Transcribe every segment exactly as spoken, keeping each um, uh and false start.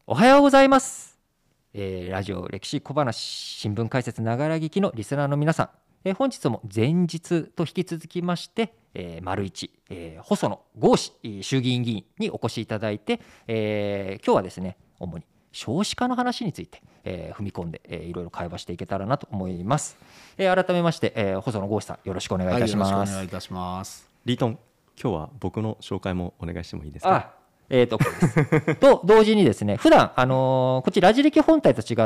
おはようございます、えー、ラジオ歴史小話新聞解説ながら聞きのリスナーの皆さん、えー、本日も前日と引き続きまして、えー、丸一、えー、細野豪志衆議院議員にお越しいただいて、えー、今日はですね主に少子化の話について、えー、踏み込んで、えー、いろいろ会話していけたらなと思います、えー、改めまして、えー、細野豪志さんよろしくお願いいたします、 はい、よろしくお願いいたします。 リートン、今日は僕の紹介もお願いしてもいいですか。 あえー、とこれですと同時にですね普段、あのー、こっちラジ歴本体と違って、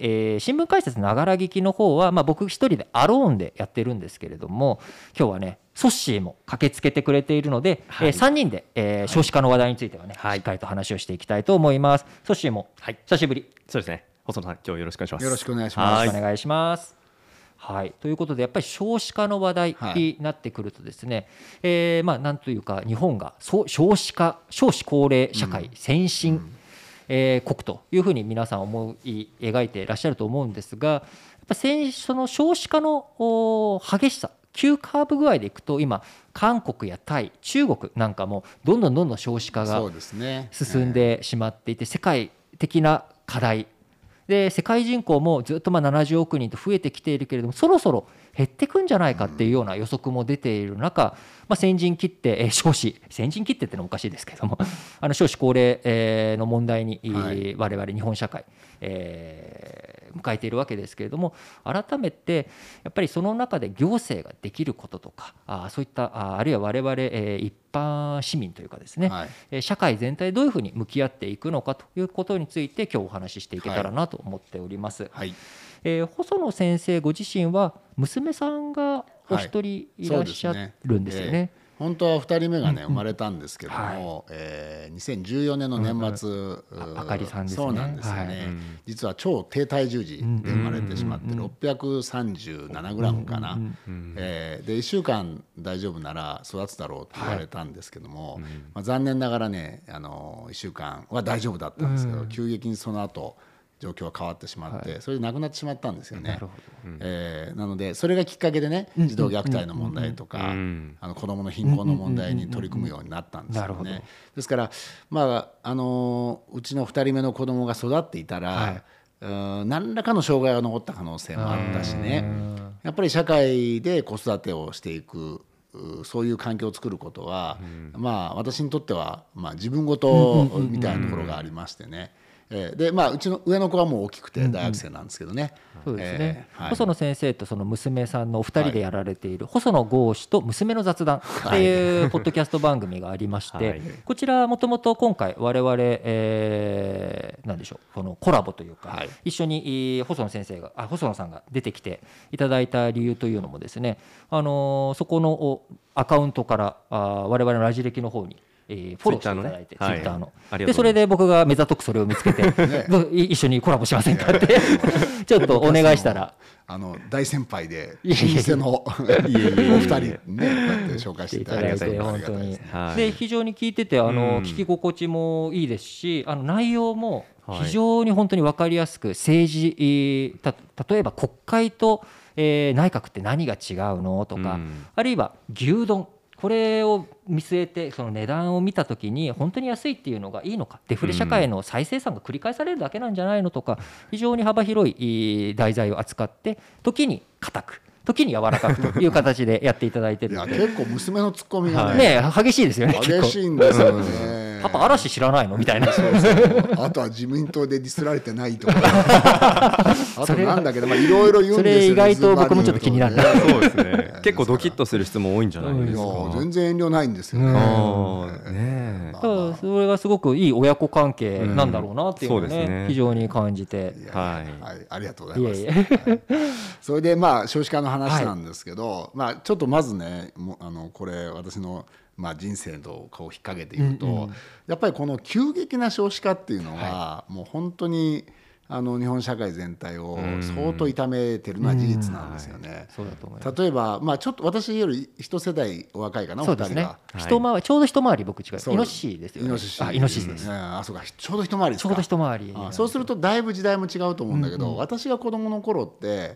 えー、新聞解説ながら聞きの方は、まあ、僕一人でアローンでやってるんですけれども、今日はねソッシーも駆けつけてくれているので、はいえー、さんにんで、えー、少子化の話題についてはね、はい、しっかりと話をしていきたいと思います。ソッシーも、はい、久しぶり。 そうですね、細野さん今日よろしくお願いします。 よろしくお願いします。 よろしくお願いします。はい、ということでやっぱり少子化の話題になってくるとですね、はいえーまあ、なんというか日本が少子化少子高齢社会先進、うんえー、国というふうに皆さん思い描いていらっしゃると思うんですが、やっぱその少子化の激しさ急カーブ具合でいくと今韓国やタイ中国なんかもどんどんどんどん少子化が進んでしまっていて、世界的な課題で世界人口もずっとまあななじゅうおくにんと増えてきているけれども、そろそろ減ってくんじゃないかっていうような予測も出ている中、まあ、先陣切ってえ少子先陣切ってってのもおかしいですけどもあの少子高齢えの問題に我々日本社会え迎えているわけですけれども、改めてやっぱりその中で行政ができることとかあそういったああるいは我々え一般市民というかですね、はい、社会全体どういうふうに向き合っていくのかということについて今日お話ししていけたらなと思っております。はいえー、細野先生ご自身は娘さんがお一人いらっしゃるんですよね。はい、 本当はふたりめがね生まれたんですけども、はいえー、にせんじゅうよねんの年末、うんうん、あかりさんですね。 そうなんですよね、はい、実は超低体重児で生まれてしまってろっぴゃくさんじゅうななグラムかな、えー、でいっしゅうかん大丈夫なら育つだろうと言われたんですけども、はいまあ、残念ながらねあのいっしゅうかんは大丈夫だったんですけど、うん、急激にその後状況が変わってしまって、はい、それで亡くなってしまったんですよね。なるほど、うんえー、なのでそれがきっかけでね児童虐待の問題とか、うん、あの子どもの貧困の問題に取り組むようになったんですよね。ですから、まあ、あのうちのふたりめの子どもが育っていたら、はいうん何らかの障害が残った可能性もあったしね、やっぱり社会で子育てをしていくそういう環境を作ることは、うんまあ、私にとっては、まあ、自分ごとみたいなところがありましてね、えーでまあ、うちの上の子はもう大きくて大学生なんですけどね、 うんうん、そうですね、えーはい、細野先生とその娘さんのお二人でやられている細野豪志と娘の雑談っていうポッドキャスト番組がありまして、はい、こちらもともと今回我々、えー、なんでしょうこのコラボというか、はい、一緒に細野先生があ細野さんが出てきていただいた理由というのもですね、あのー、そこのアカウントからあ我々のラジ歴の方にえー、フォローしていただいてツイッターの、はい、でそれで僕が目ざとくそれを見つけてね、一緒にコラボしませんかってちょっとお願いしたらあの大先輩で老舗のお二人ねこうやって紹介していただいて本当にで非常に聞いててあの聞き心地もいいですし、あの内容も非常に本当に分かりやすく政治た例えば国会と、えー、内閣って何が違うのとか、あるいは牛丼これを見据えてその値段を見たときに本当に安いっていうのがいいのか、デフレ社会の再生産が繰り返されるだけなんじゃないのとか、非常に幅広い題材を扱って時に硬く時に柔らかくという形でやっていただいてるのでいや結構娘のツッコミが ね, ね激しいですよね。 激しいんですよね。 パパ嵐知らないのみたいなそうそうあとは自民党でディスられてないとかあとなんだけどいろいろ言うんですよね。 それ意外と僕もちょっと気になる、ね、 そうですね結構ドキッとする質問多いんじゃないですか。 全然遠慮ないんですよね。 うんねだからそれがすごくいい親子関係なんだろうなっていうのを、ねうんね、非常に感じてはい、はい、ありがとうございます。いえいえ、はい、それでまあ少子化の話なんですけど、はいまあ、ちょっとまずねもあのこれ私のまあ、人生とこう引っ掛けていくと、うんうん、やっぱりこの急激な少子化っていうのは、はい、もう本当にあの日本社会全体を相当痛めてるのは事実なんですよね。例えば、まあ、ちょっと私より一世代お若いかな、 そうですね、 お二人が、 はい、ちょうど一回り僕違うイノシシですよね。イノシシあイノシシです、うん、あそうかちょうど一回りですか。 ちょうど一回りあそうするとだいぶ時代も違うと思うんだけど、うんうん、私が子どもの頃って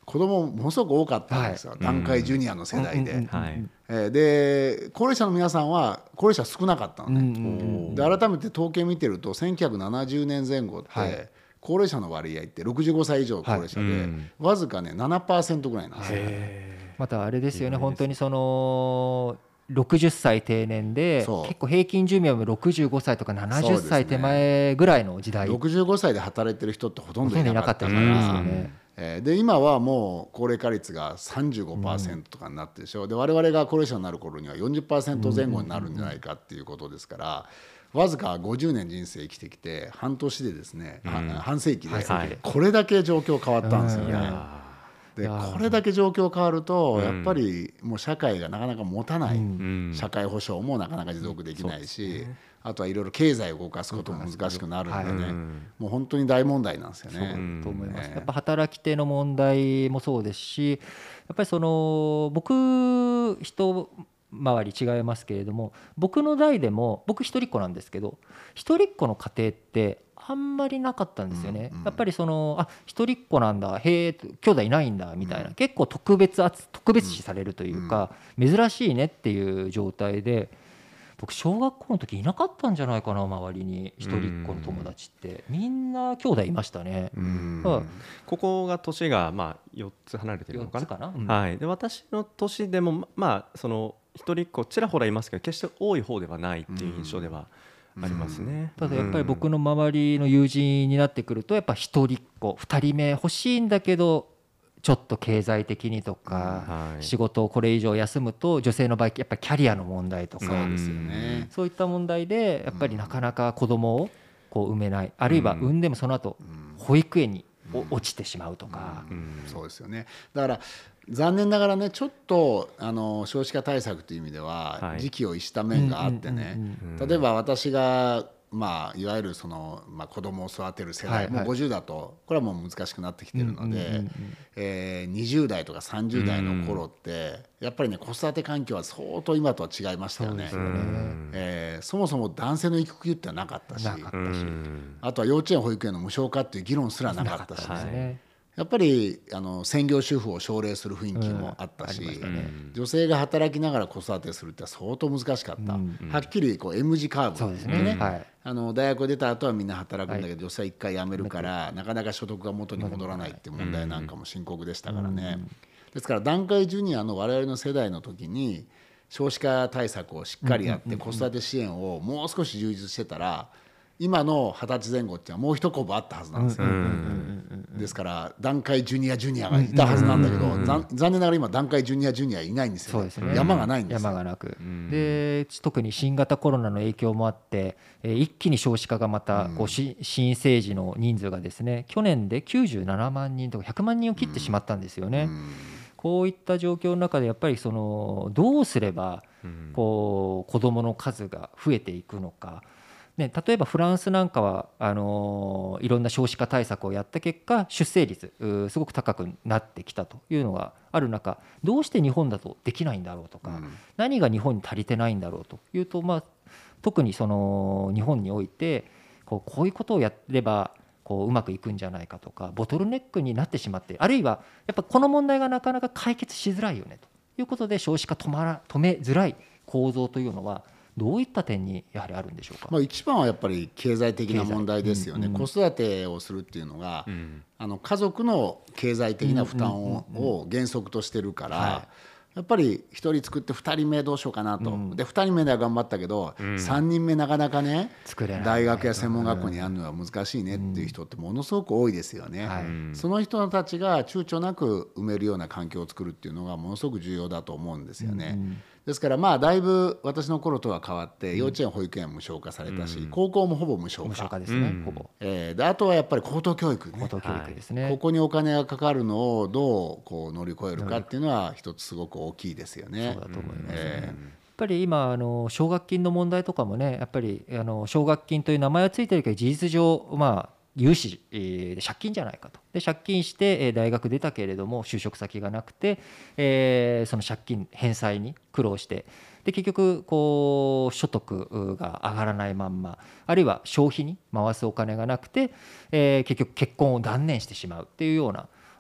子供ものすごく多かったんですよ、 はい、 団塊ジュニアの世代で、 うんはいえー、で高齢者の皆さんは高齢者少なかったのね、 うんうん、 で改めて統計見てるとせんきゅうひゃくななじゅうねんぜん後って、はい、高齢者の割合ってろくじゅうごさい以上高齢者で、はい、わずかね ななパーセント ぐらいなんですよ。 またあれですよね、本当にそのろくじゅっさい定年で結構平均寿命もろくじゅうごさいとかななじゅっさい手前ぐらいの時代、 ろくじゅうごさいで働いてる人ってほとんどいなかったから、えー、で今はもう高齢化率が さんじゅうごパーセント とかになってるでしょ、うん、で我々が高齢者になる頃には よんじゅっパーセント 前後になるんじゃないかっていうことですから、わずかごじゅうねん人生生きてきて半年でですね、うん、半世紀でこれだけ状況変わったんですよね、うん、でこれだけ状況変わるとやっぱりもう社会がなかなか持たない、うん、社会保障もなかなか持続できないし、うん、あとはいろいろ経済を動かすことも難しくなるんでね、はい、もう本当に大問題なんですよね。 そうと思います、えー、やっぱ働き手の問題もそうですし、やっぱりその僕人周り違いますけれども、僕の代でも僕一人っ子なんですけど、一人っ子の家庭ってあんまりなかったんですよね、うんうん、やっぱりそのあ一人っ子なんだ、へえ兄弟いないんだみたいな、うん、結構特別扱特別視されるというか、うん、珍しいねっていう状態で、僕小学校の時いなかったんじゃないかな、周りに一人っ子の友達って、みんな兄弟いましたね。うん、 うん、ここが年がまあよっつ離れてるのかな。 よっつかな、うん、 はい、で私の年でもまあその一人っ子ちらほらいますけど、決して多い方ではないっていう印象ではありますね。 ただやっぱり僕の周りの友人になってくると、やっぱ一人っ子ふたりめ欲しいんだけど、ちょっと経済的にとか、仕事をこれ以上休むと女性の場合やっぱりキャリアの問題とか、そうですよね、そういった問題でやっぱりなかなか子供をこう産めない、あるいは産んでもその後保育園に落ちてしまうとか、 そうですよね。だから残念ながらね、ちょっとあの少子化対策という意味では時期を逸した面があってね、例えば私がまあいわゆるその、まあ、子供を育てる世代、はいはい、もうごじゅうだとこれはもう難しくなってきてるので、えー、にじゅう代とかさんじゅう代の頃ってやっぱりね子育て環境は相当今とは違いましたよね。 そうですよね、えー、そもそも男性の育休ってなかったし、なかったし、あとは幼稚園保育園の無償化っていう議論すらなかったしね、やっぱりあの専業主婦を奨励する雰囲気もあったし、うんね、女性が働きながら子育てするって相当難しかった、うんうん、はっきりこう M 字カーブそうですね、はい、 あの大学を出た後はみんな働くんだけど、はい、女性はいっかい辞めるから、なかなか所得が元に戻らないっていう問題なんかも深刻でしたからね、うん、ですから団塊ジュニアの我々の世代の時に少子化対策をしっかりやって子育て支援をもう少し充実してたら、今の二十歳前後っていうのはもう一コブあったはずなんですよ。ですから団塊ジュニアジュニアがいたはずなんだけど、残念ながら今団塊ジュニアジュニアいないんですよ。そうですね、山がないんですよ。 山がなく、で特に新型コロナの影響もあって、えー、一気に少子化がまたこうし新生児の人数がですね、去年できゅうじゅうななまんにんとかひゃくまんにんを切ってしまったんですよね。こういった状況の中でやっぱりそのどうすればこう子どもの数が増えていくのか。ね、例えばフランスなんかはあのー、いろんな少子化対策をやった結果出生率すごく高くなってきたというのがある中、どうして日本だとできないんだろうとか、うん、何が日本に足りてないんだろうというと、まあ、特にその日本においてこう、こういうことをやればこううまくいくんじゃないかとか、ボトルネックになってしまって、あるいはやっぱこの問題がなかなか解決しづらいよねということで少子化止まら止めづらい構造というのはどういった点にやはりあるんでしょうか。 まあ、一番はやっぱり経済的な問題ですよね、うんうん、子育てをするっていうのが、うん、あの家族の経済的な負担を、うんうんうん、を原則としてるから、はい、やっぱりひとり作ってふたりめどうしようかなと、うん、でふたりめでは頑張ったけど、うん、さんにんめなかなかね作れない、大学や専門学校にやるのは難しいねっていう人ってものすごく多いですよね、うん、その人たちが躊躇なく埋めるような環境を作るっていうのがものすごく重要だと思うんですよね、うん、ですからまあだいぶ私の頃とは変わって幼稚園保育園無償化されたし、うん、高校もほぼ無償化、 無償化ですね、ほぼ、 えー、であとはやっぱり高等教育ね、 高等教育ですね、 ここにお金がかかるのをどうこう乗り越えるかっていうのは一つすごく大きいですよね。 そうだと思いますね、えー、やっぱり今あの奨学金の問題とかもね、やっぱりあの奨学金という名前はついてるけど事実上まあ融資で借金じゃないかと、で借金して大学出たけれども就職先がなくて、えー、その借金返済に苦労して、で結局こう所得が上がらないまんま、あるいは消費に回すお金がなくて、えー、結局結婚を断念してしまうっていうような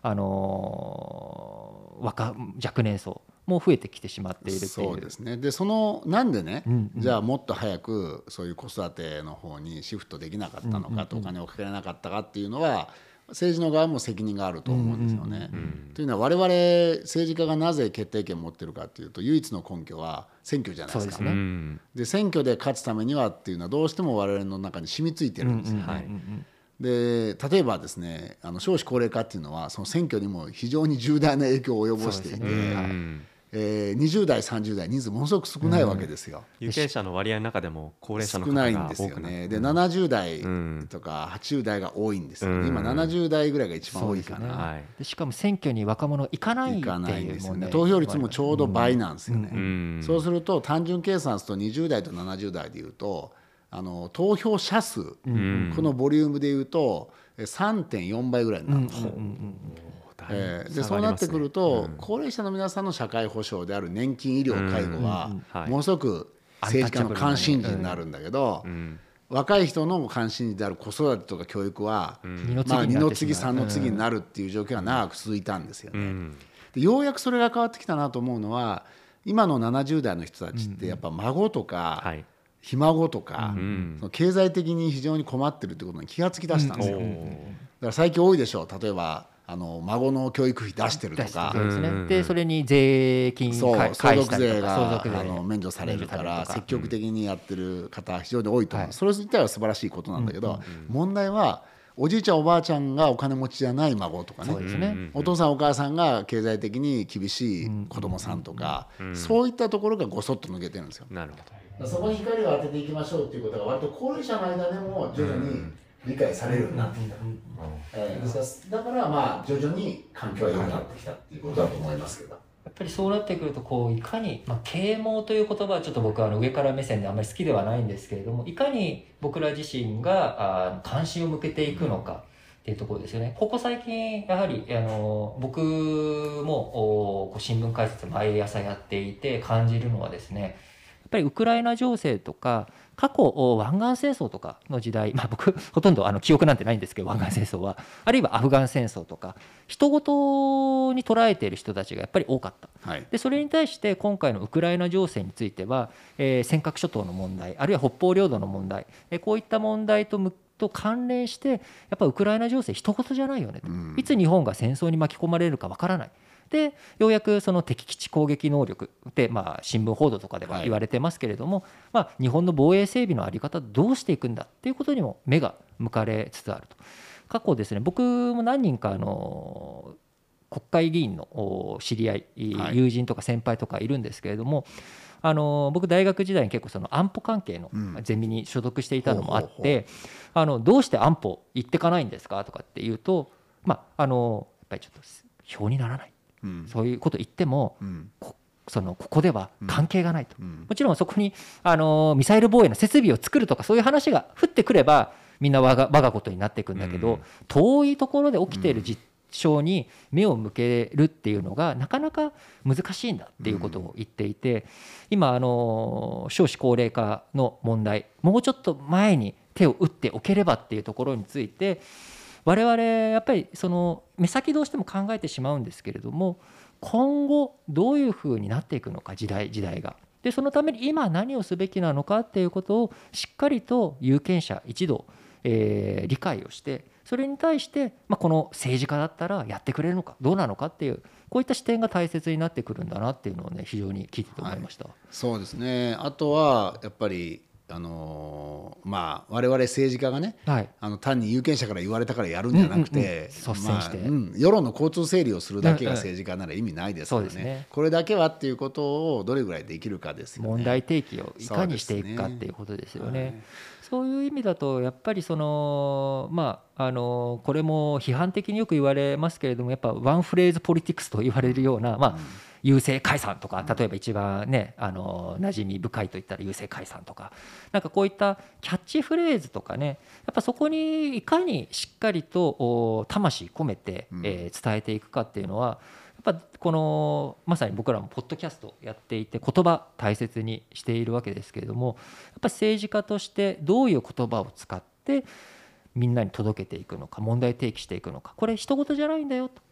あの若若年層も増えてきてしまっているっていう。 そうですね。でそのなんでね、 うんうん、 じゃあもっと早くそういう子育ての方にシフトできなかったのかと、 うんうんうん、 お金をかけられなかったかっていうのは政治の側も責任があると思うんですよね。うんうんうん、というのは我々政治家がなぜ決定権を持っているかというと、唯一の根拠は選挙じゃないですか。 そうですね。 で選挙で勝つためにはっていうのはどうしても我々の中に染みついてるんですよね。うんうんうんうん、で例えばですね、あの少子高齢化っていうのはその選挙にも非常に重大な影響を及ぼしていて、ね、はい、えー、にじゅう代さんじゅう代人数ものすごく少ないわけですよ。 有権者の割合の中でも高齢者の方がが多くなって少ないんですよね。でななじゅう代とかはちじゅう代が多いんですよね。今ななじゅう代ぐらいが一番多いかな。 ね、はい、でしかも選挙に若者行かないっていう、 行かないんですよね。投票率もちょうど倍なんですよね。うんうん、そうすると単純計算するとにじゅう代とななじゅう代でいうと、あの投票者数、うん、このボリュームでいうと さんてんよん 倍ぐらいになるんですよ。うんうんうん、えー、でそうなってくると、うん、高齢者の皆さんの社会保障である年金、医療、介護はものすごく政治家の関心事になるんだけど、うん、若い人の関心事である子育てとか教育は、うん、まあ、にの次さんの次になるっていう状況が長く続いたんですよね。うん、でようやくそれが変わってきたなと思うのは、今のななじゅう代の人たちってやっぱ孫とか、うん、はい、ひ孫とか、うん、その経済的に非常に困ってるってことに気がつきだしたんですよ。うん、だから最近多いでしょう。例えばあの孫の教育費出してるとか、 そうですね。でそれに税金返したりとか、相続税があの免除されるから積極的にやってる方非常に多いと思う、はい、それ自体は素晴らしいことなんだけど、うんうんうん、問題はおじいちゃんおばあちゃんがお金持ちじゃない孫とか ね, そうですね、お父さんお母さんが経済的に厳しい子供さんとか、うんうんうん、そういったところがごそっと抜けてるんですよ。なるほど。そこに光を当てていきましょうということが割と高齢者の間でも徐々に理解されるようになってきた、うんうん、えー、ですからだからまあ徐々に環境が良くなってきたっていうことだと思いますけど、 やっぱりそうなってくるとこういかに、まあ、啓蒙という言葉はちょっと僕はあの上から目線であんまり好きではないんですけれども、いかに僕ら自身があ関心を向けていくのかっていうところですよね。ここ最近やはりあの僕もお新聞解説毎朝やっていて感じるのはですね、やっぱりウクライナ情勢とか過去湾岸戦争とかの時代、まあ、僕ほとんどあの記憶なんてないんですけど、湾岸戦争はあるいはアフガン戦争とか人事に捉えている人たちがやっぱり多かった、はい、でそれに対して今回のウクライナ情勢については、えー、尖閣諸島の問題あるいは北方領土の問題、えー、こういった問題とと関連してやっぱウクライナ情勢一言じゃないよねと、うん、いつ日本が戦争に巻き込まれるかわからないで、ようやくその敵基地攻撃能力って、まあ、新聞報道とかでは言われてますけれども、はい、まあ、日本の防衛整備の在り方どうしていくんだっていうことにも目が向かれつつあると。過去ですね、僕も何人かあの国会議員の知り合い、友人とか先輩とかいるんですけれども、あの僕大学時代に結構その安保関係のゼミに所属していたのもあって、あのどうして安保行ってかないんですかとかっていうと、まあ、あのやっぱりちょっと票にならない、うん、そういうこと言っても、うん、こ, そのここでは関係がないと、うん、もちろんそこにあのミサイル防衛の設備を作るとかそういう話が降ってくればみんな我が我がことになっていくんだけど、うん、遠いところで起きている実象に目を向けるっていうのがなかなか難しいんだっていうことを言っていて、今あの少子高齢化の問題もうちょっと前に手を打っておければっていうところについて我々やっぱりその目先どうしても考えてしまうんですけれども、今後どういうふうになっていくのか時代時代がで、そのために今何をすべきなのかっていうことをしっかりと有権者一同、えー、理解をして、それに対して、まあ、この政治家だったらやってくれるのかどうなのかっていうこういった視点が大切になってくるんだなっていうのをね非常に聞いてて思いました、はい、 そうですね。あとはやっぱりあのー、まあ我々政治家がね、はい、あの単に有権者から言われたからやるんじゃなくて、率先して、まあうん、世論の交通整理をするだけが政治家なら意味ないですからね、うんうん、ねこれだけはっていうことをどれぐらいできるかですよね。 問題提起をいかにしていくかっていうことですよね。そうですね。はい、そういう意味だとやっぱりそのまああのこれも批判的によく言われますけれども、やっぱワンフレーズポリティクスと言われるような、まあ郵政解散とか、例えば一番ねあの馴染み深いといったら郵政解散とか、なんかこういったキャッチフレーズとかね、やっぱそこにいかにしっかりと魂込めて、えー、伝えていくかっていうのはやっぱこのまさに僕らもポッドキャストやっていて言葉大切にしているわけですけれども、やっぱ政治家としてどういう言葉を使ってみんなに届けていくのか、問題提起していくのか、これ一言じゃないんだよと。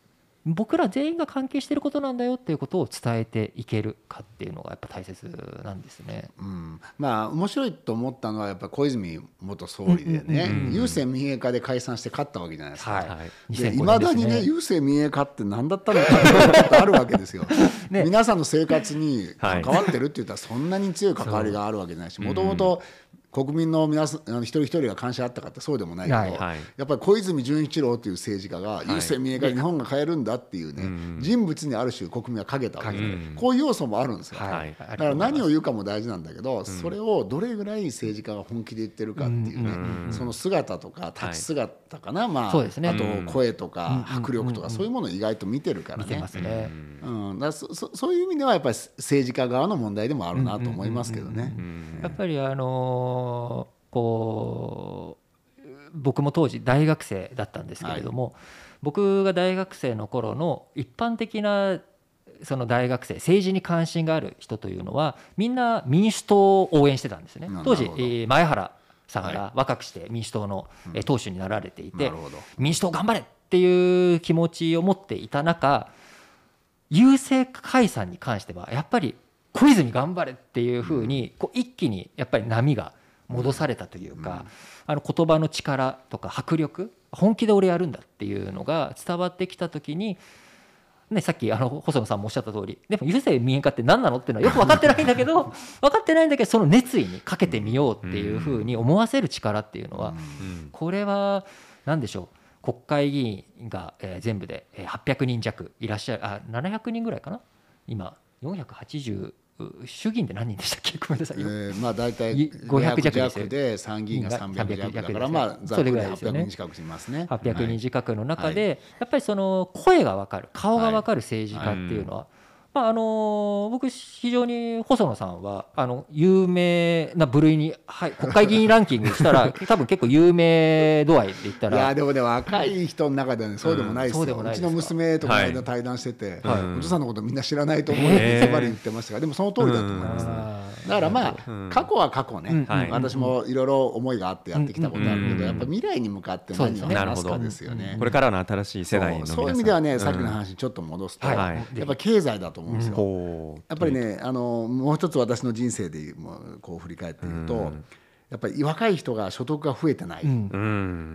僕ら全員が関係していることなんだよっていうことを伝えていけるかっていうのがやっぱ大切なんですね。 うん、まあ面白いと思ったのはやっぱ小泉元総理でね、郵政民営化で解散して勝ったわけじゃないですか。はい、でいまだにね郵政民営化って何だったのかってことあるわけですよ。ね、皆さんの生活に関わってるって言ったらそんなに強い関わりがあるわけじゃないし、もともと国民の皆さん一人一人が関心あったかってそうでもないけど、はい、やっぱり小泉純一郎という政治家が郵政民営化で日本が変えるんだっていうね、はい、人物にある種国民はかけたわけで、うん、こういう要素もあるんですよ、はい、だから何を言うかも大事なんだけど、うん、それをどれぐらい政治家が本気で言ってるかっていうね、うん、その姿とか立ち姿かな、はい、まあ、ね、あと声とか迫力とかそういうものを意外と見てるからね、見てますね、うん、だから そ, そ, そういう意味ではやっぱり政治家側の問題でもあるなと思いますけどね。 やっぱりあのーこう僕も当時大学生だったんですけれども、はい、僕が大学生の頃の一般的なその大学生政治に関心がある人というのはみんな民主党を応援してたんですね。当時、えー、前原さんが若くして民主党の党首になられていて、うん、民主党頑張れっていう気持ちを持っていた中、郵政解散に関してはやっぱり小泉頑張れっていうふうにこう一気にやっぱり波が戻されたというか、うん、あの言葉の力とか迫力、本気で俺やるんだっていうのが伝わってきた時に、ね、さっきあの細野さんもおっしゃった通り、でも郵政民営化って何なのっていうのはよく分かってないんだけど分かってないんだけどその熱意にかけてみようっていうふうに思わせる力っていうのは、これは何でしょう、国会議員が全部ではっぴゃくにん弱いらっしゃる、あななひゃくにんぐらいかな、今よんひゃくはちじゅう、衆議院で何人でしたっけ、ごめんなさい、えー、まあ大体ごひゃく弱で参議院がさんびゃく弱だから、まあざっくりはっぴゃくにん近くしますね。 はっぴゃくにん近くの中でやっぱりその声が分かる、顔が分かる政治家っていうのは、まあ、あの僕非常に細野さんはあの有名な部類に、はい、国会議員ランキングしたら多分結構有名度合いで言ったら、 いやでもね若い人の中では、ね、そうでもないですよ、うん、うちの娘とこの間対談してて、はい、お父さんのことみんな知らないと思うってズバリ言ってましたが、でもその通りだと思いますね。だからまあ、うん、過去は過去ね、うんはい、私もいろいろ思いがあってやってきたことあるけど、うん、やっぱ未来に向かって何を話すかですよね。 これからの新しい世代の皆さん、 そういう意味ではね、さっきの話にちょっと戻すと、はい、やっぱ経済だと思うんですよ、うん、やっぱりね、あのもう一つ私の人生でこう振り返って言うと、うん、やっぱり若い人が所得が増えてない、うん、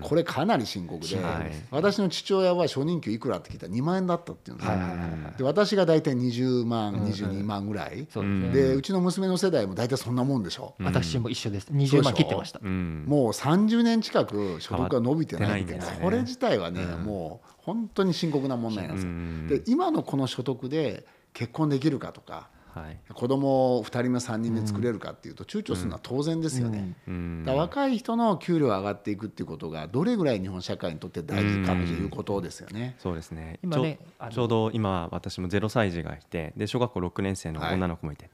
これかなり深刻で、はい、私の父親は初任給いくらって聞いたらにまんえんだったっていうんですよ、はいはいはい、で私が大体にじゅうまん、うん、にじゅうにまんぐらい、うん、でうちの娘の世代も大体そんなもんでしょ、 うん、私も一緒です、にじゅうまん切ってました、 うん、もうさんじゅうねん近く所得が伸びてないって、これ自体はね、うん、もう本当に深刻な問題なんですよ、うん、で今のこの所得で結婚できるかとか、はい、子供をふたりめさんにんめ作れるかっていうと躊躇するのは当然ですよね、うんうん、だから若い人の給料が上がっていくっていうことがどれぐらい日本社会にとって大事かということですよね、 うん、そうですね、今ねちょ、ちょうど今私もゼロさい児がいて、で小学校ろくねん生の女の子もいて、はい、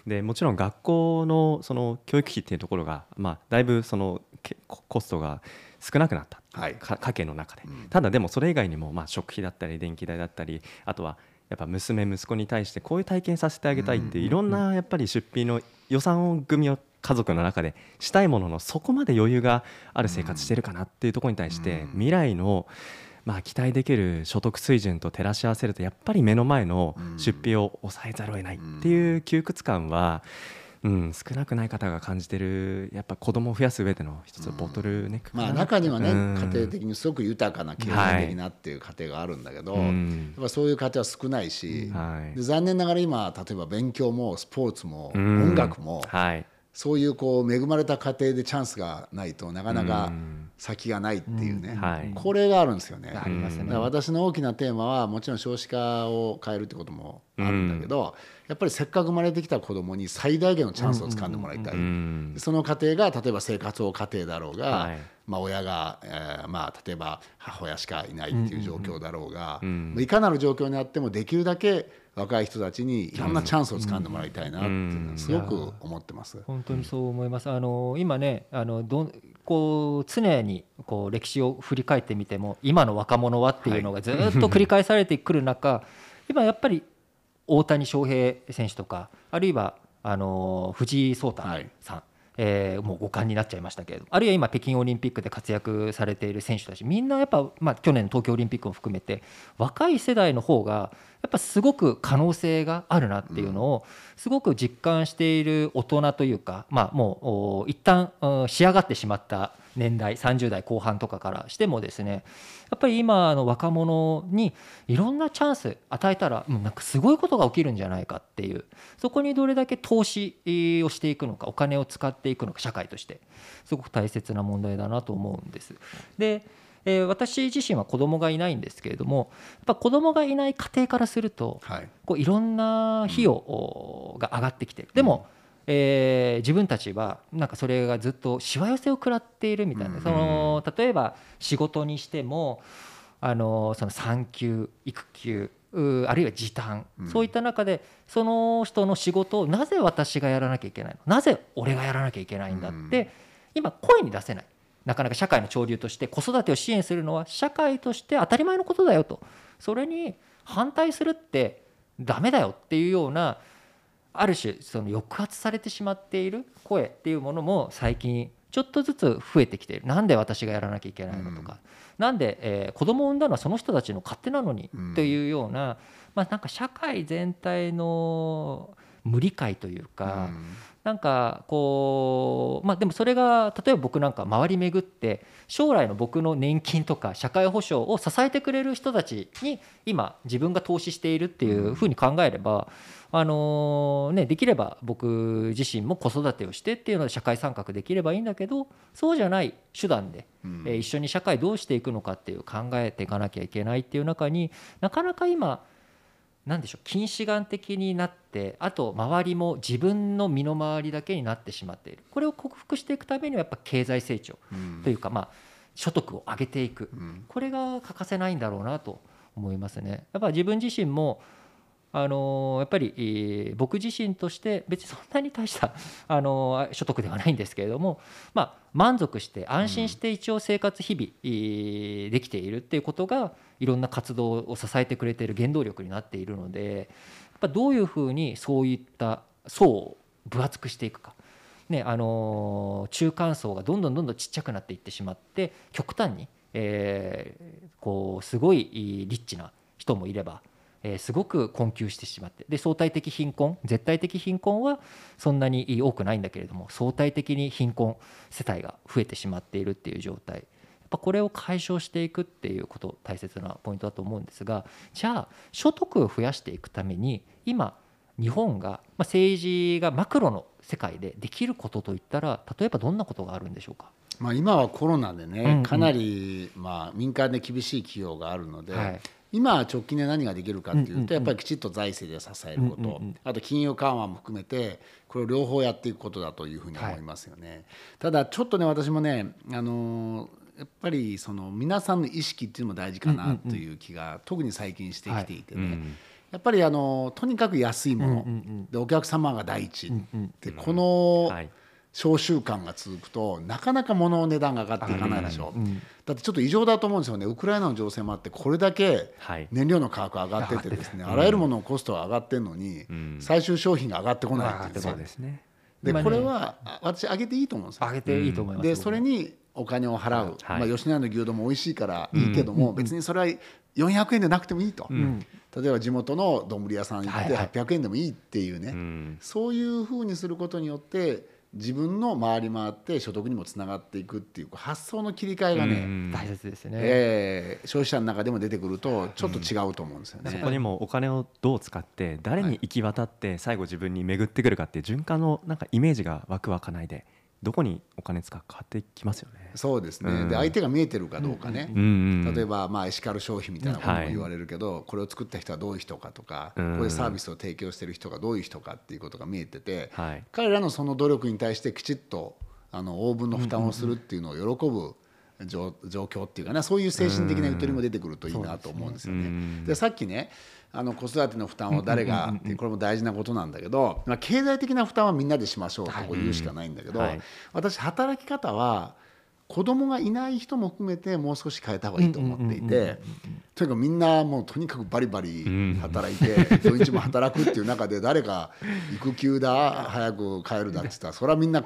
でもちろん学校 の, その教育費っていうところが、まあ、だいぶそのコストが少なくなった、はい、家計の中で、うん、ただでもそれ以外にも、まあ、食費だったり電気代だったり、あとはやっぱ娘息子に対してこういう体験させてあげたいっていろんなやっぱり出費の予算組みを家族の中でしたいものの、そこまで余裕がある生活してるかなっていうところに対して未来のまあ期待できる所得水準と照らし合わせるとやっぱり目の前の出費を抑えざるを得ないっていう窮屈感はうん、少なくない方が感じてる、やっぱ子供を増やす上での一つのボトルネックかな、 まあ、中にはね、うん、家庭的にすごく豊かな経済的なっていう家庭があるんだけど、はい、やっぱそういう家庭は少ないし、はい、で残念ながら今例えば勉強もスポーツも音楽も、はい、そういうこう恵まれた家庭でチャンスがないとなかなか先がないっていうね、はい、これがあるんですよね。ありますね。だから私の大きなテーマはもちろん少子化を変えるってこともあるんだけど、やっぱりせっかく生まれてきた子どもに最大限のチャンスをつかんでもらいたい、うんうんうん、その家庭が例えば生活保護家庭だろうが、はい、まあ、親が、えーまあ、例えば母親しかいないっていう状況だろうが、うんうんうん、いかなる状況にあってもできるだけ若い人たちにいろんなチャンスをつかんでもらいたいなっていうのはすごく思ってます、うんうん、 本当にそう思います。あの今ね、あのどこう常にこう歴史を振り返ってみても今の若者はっていうのがずっと繰り返されてくる中、はい、今やっぱり大谷翔平選手とか、あるいはあの藤井聡太さん、はい、 えー、もうご冠になっちゃいましたけれど、あるいは今北京オリンピックで活躍されている選手たちみんなやっぱ、まあ、去年の東京オリンピックも含めて若い世代の方がやっぱすごく可能性があるなっていうのをすごく実感している大人というか、まあ、もう一旦仕上がってしまった年代さんじゅう代後半とかからしてもですね、やっぱり今の若者にいろんなチャンス与えたらもうなんかすごいことが起きるんじゃないかっていう、そこにどれだけ投資をしていくのかお金を使っていくのか社会としてすごく大切な問題だなと思うんです。で、えー、私自身は子供がいないんですけれども、やっぱ子供がいない家庭からすると、はい、こういろんな費用が上がってきて、うん、でも、えー、自分たちはなんかそれがずっとしわ寄せを食らっているみたいな、うん、その例えば仕事にしてもあのその産休育休あるいは時短、うん、そういった中でその人の仕事をなぜ私がやらなきゃいけないの、なぜ俺がやらなきゃいけないんだって、うん、今声に出せない。なかなか社会の潮流として子育てを支援するのは社会として当たり前のことだよと、それに反対するってダメだよっていうようなある種その抑圧されてしまっている声っていうものも最近ちょっとずつ増えてきている。なんで私がやらなきゃいけないのとか、うん、なんで、えー、子供を産んだのはその人たちの勝手なのに、うん、というような、まあ、なんか社会全体の無理解というか、うん、なんかこう、まあ、でもそれが例えば僕なんか周り巡って将来の僕の年金とか社会保障を支えてくれる人たちに今自分が投資しているっていうふうに考えれば、あのね、できれば僕自身も子育てをしてっていうので社会参画できればいいんだけど、そうじゃない手段で、うんえー、一緒に社会どうしていくのかっていう考えていかなきゃいけないっていう中になかなか今なんでしょう近視眼的になって、あと周りも自分の身の回りだけになってしまっている。これを克服していくためにはやっぱ経済成長というか、まあ所得を上げていく、これが欠かせないんだろうなと思いますね。やっぱ自分自身もあのやっぱり、えー、僕自身として別にそんなに大したあの所得ではないんですけれども、まあ、満足して安心して一応生活日々、えー、できているっていうことがいろんな活動を支えてくれている原動力になっているので、やっぱどういうふうにそういった層を分厚くしていくか、ねあの中間層がどんどんどんどんちっちゃくなっていってしまって、極端に、えー、こうすごいリッチな人もいればえー、すごく困窮してしまって、で相対的貧困絶対的貧困はそんなに多くないんだけれども、相対的に貧困世帯が増えてしまっているっていう状態、やっぱこれを解消していくっていうこと大切なポイントだと思うんですが、じゃあ所得を増やしていくために今日本が、まあ、政治がマクロの世界でできることといったら例えばどんなことがあるんでしょうか。 まあ、今はコロナでね、うんうん、かなりまあ民間で厳しい企業があるので、はい、今直近で何ができるかっていうと、やっぱりきちっと財政で支えること、あと金融緩和も含めてこれを両方やっていくことだというふうに思いますよね、はい、ただちょっとね私もねあのやっぱりその皆さんの意識っていうのも大事かなという気が特に最近してきていてね、はい、やっぱりあのとにかく安いものでお客様が第一で、この商習慣が続くとなかなか物の値段が上がっていかないでしょう、うん、だってちょっと異常だと思うんですよね。ウクライナの情勢もあってこれだけ燃料の価格が上がっててですね、あらゆるもののコストが上がってるのに最終商品が上がってこないっていう、そうですね。でこれは私上げていいと思うんですよ。 上げていいと思います。 でそれにお金を払う、まあ、吉野家の牛丼も美味しいからいいけども、別にそれはよんひゃくえんでなくてもいいと、うん、例えば地元の丼屋さん行ってはっぴゃくえんでもいいっていうね、はいはい、そういうふうにすることによって自分の回り回って所得にもつながっていくっていう発想の切り替えがね、 大切ですね、 えー、消費者の中でも出てくるとちょっと違うと思うんですよね、 うん、そこにもお金をどう使って誰に行き渡って最後自分に巡ってくるかっていう循環のなんかイメージが湧く湧かないでどこにお金使うか変わってきますよね。 そうですね、うん、で相手が見えてるかどうかね、うんうん、例えばまあエシカル消費みたいなことも言われるけど、はい、これを作った人はどういう人かとか、うん、ここでサービスを提供してる人がどういう人かっていうことが見えてて、はい、彼らのその努力に対してきちっとあの応分の負担をするっていうのを喜ぶ状況っていうかね、そういう精神的なゆとりも出てくるといいなと思うんですよね。うん、でさっきねあの子育ての負担を誰がってこれも大事なことなんだけど、まあ、経済的な負担はみんなでしましょうとこう言うしかないんだけど、はい、私働き方は子供がいない人も含めてもう少し変えた方がいいと思っていて、とにかくみんなもうとにかくバリバリ働いて土日も働くっていう中で誰か育休だ早く帰るだって言ったらそれはみんな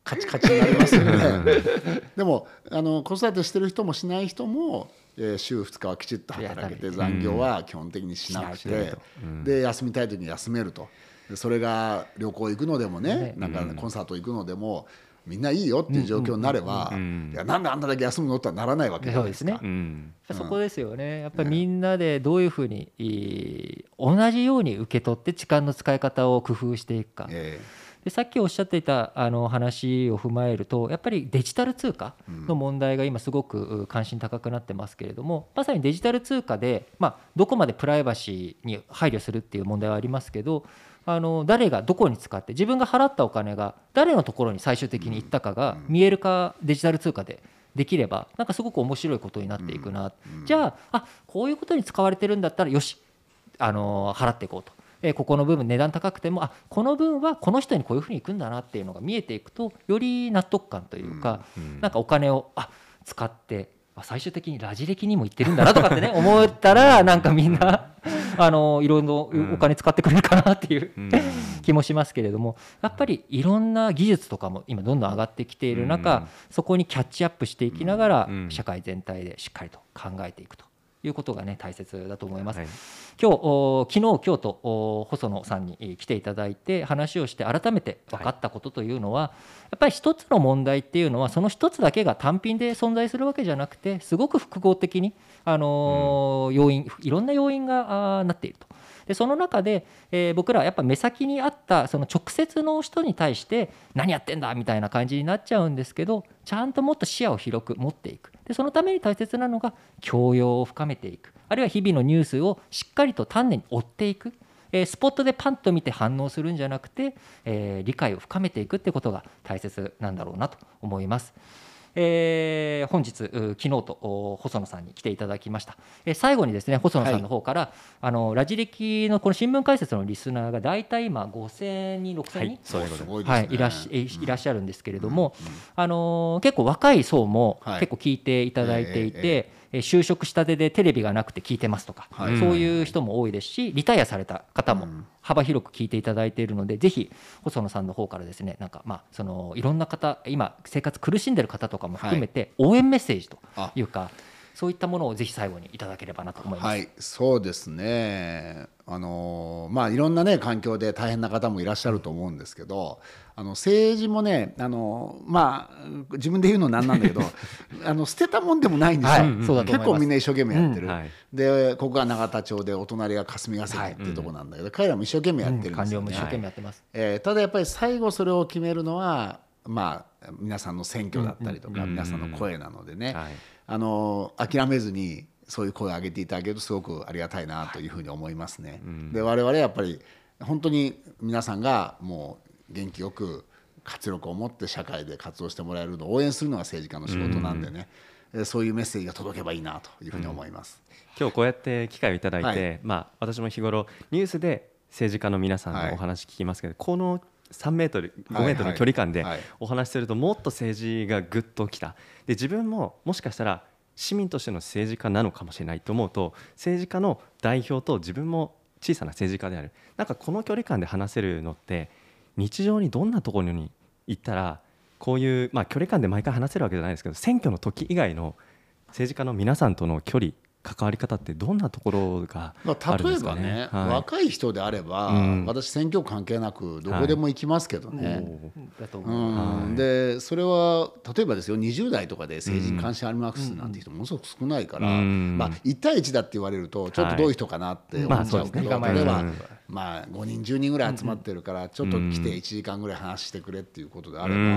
カチカチになりますよねでもあの子育てしてる人もしない人も、えー、週ふつかはきちっと働けて残業は基本的にしなくて、うん、で休みたい時に休めると。でそれが旅行行くのでもね、なんかコンサート行くのでもみんないいよっていう状況になれば、いやなんであんただけ休むのとはならないわけじゃないですか。 そうですね、うん、そこですよね。やっぱりみんなでどういうふうに、ね、同じように受け取って時間の使い方を工夫していくか、えー、でさっきおっしゃっていたあの話を踏まえると、やっぱりデジタル通貨の問題が今すごく関心高くなってますけれども、まさにデジタル通貨で、まあ、どこまでプライバシーに配慮するっていう問題はありますけど、あの誰がどこに使って自分が払ったお金が誰のところに最終的に行ったかが見える化デジタル通貨でできれば、なんかすごく面白いことになっていくな、じゃあ、あこういうことに使われてるんだったらよし、あの払っていこうと、えここの部分値段高くてもあこの分はこの人にこういうふうにいくんだなっていうのが見えていくと、より納得感というか、なんかお金をあ使って最終的にラジ歴にも行ってるんだなとかってね思ったら、なんかみんなあのいろいろお金使ってくれるかなっていう気もしますけれども、やっぱりいろんな技術とかも今どんどん上がってきている中、そこにキャッチアップしていきながら社会全体でしっかりと考えていくということがね大切だと思います、はい、今日昨日今日と細野さんに来ていただいて話をして改めて分かったことというのは、はい、やっぱり一つの問題っていうのはその一つだけが単品で存在するわけじゃなくて、すごく複合的に、あのーうん、要因いろんな要因がなっていると。でその中で、えー、僕らはやっぱ目先にあったその直接の人に対して何やってんだみたいな感じになっちゃうんですけど、ちゃんともっと視野を広く持っていく。でそのために大切なのが教養を深めていく、あるいは日々のニュースをしっかりと丹念に追っていく、えー、スポットでパンと見て反応するんじゃなくて、えー、理解を深めていくってことが大切なんだろうなと思います。えー、本日昨日と細野さんに来ていただきました。えー、最後にですね細野さんの方から、はい、あのラジ歴のこの新聞解説のリスナーがだいたい今ごせんにんろくせんにん、はい、いらっし、いらっしゃるんですけれども、うんうん、あのー、結構若い層も結構聞いていただいていて、はい、えーえー就職したてでテレビがなくて聞いてますとか、はい、そういう人も多いですし、リタイアされた方も幅広く聞いていただいているので、ぜひ細野さんの方からですね、なんかまあそのいろんな方、今生活苦しんでる方とかも含めて応援メッセージというか、はい、そういったものをぜひ最後にいただければなと思います。 はい、そうですね。あのまあいろんなね環境で大変な方もいらっしゃると思うんですけど、あの政治もね、あのまあ自分で言うのなんなんだけどあの捨てたもんでもないんですよ、はい、そうだと思います。結構みんな一生懸命やってる、うんはい、でここが永田町でお隣が霞が関っていうところなんだけど、はい、彼らも一生懸命やってるんですよね、うん、官僚も一生懸命やってます、えー、ただやっぱり最後それを決めるのはまあ皆さんの選挙だったりとか、うん、皆さんの声なのでね、はい、あの諦めずにそういう声を上げていただけるとすごくありがたいなというふうに思いますね、はい、で我々やっぱり本当に皆さんがもう元気よく活力を持って社会で活動してもらえるのを応援するのが政治家の仕事なんでね、うん、そういうメッセージが届けばいいなというふうに思います、うん、 今日こうやって機会をいただいて、はい、まあ、私も日頃ニュースで政治家の皆さんのお話聞きますけど、はい、このさんメートルごメートルの距離感でお話しするともっと政治がぐっときた。で自分ももしかしたら市民としての政治家なのかもしれないと思うと、政治家の代表と自分も小さな政治家である、なんかこの距離感で話せるのって日常にどんなところに行ったらこういう、まあ、距離感で毎回話せるわけじゃないですけど、選挙の時以外の政治家の皆さんとの距離関わり方ってどんなところがあるんですかね。 例えばね、はい、若い人であれば、うん、私選挙関係なくどこでも行きますけどね、はい、でそれは例えばですよ、にじゅう代とかで政治に関心ありますなんて人ものすごく少ないから、うん、まあ、いち対いちだって言われるとちょっとどういう人かなって思っちゃうけど、例えばまあ、ごにんじゅうにんぐらい集まってるからちょっと来ていちじかんぐらい話してくれっていうことであれば、うん、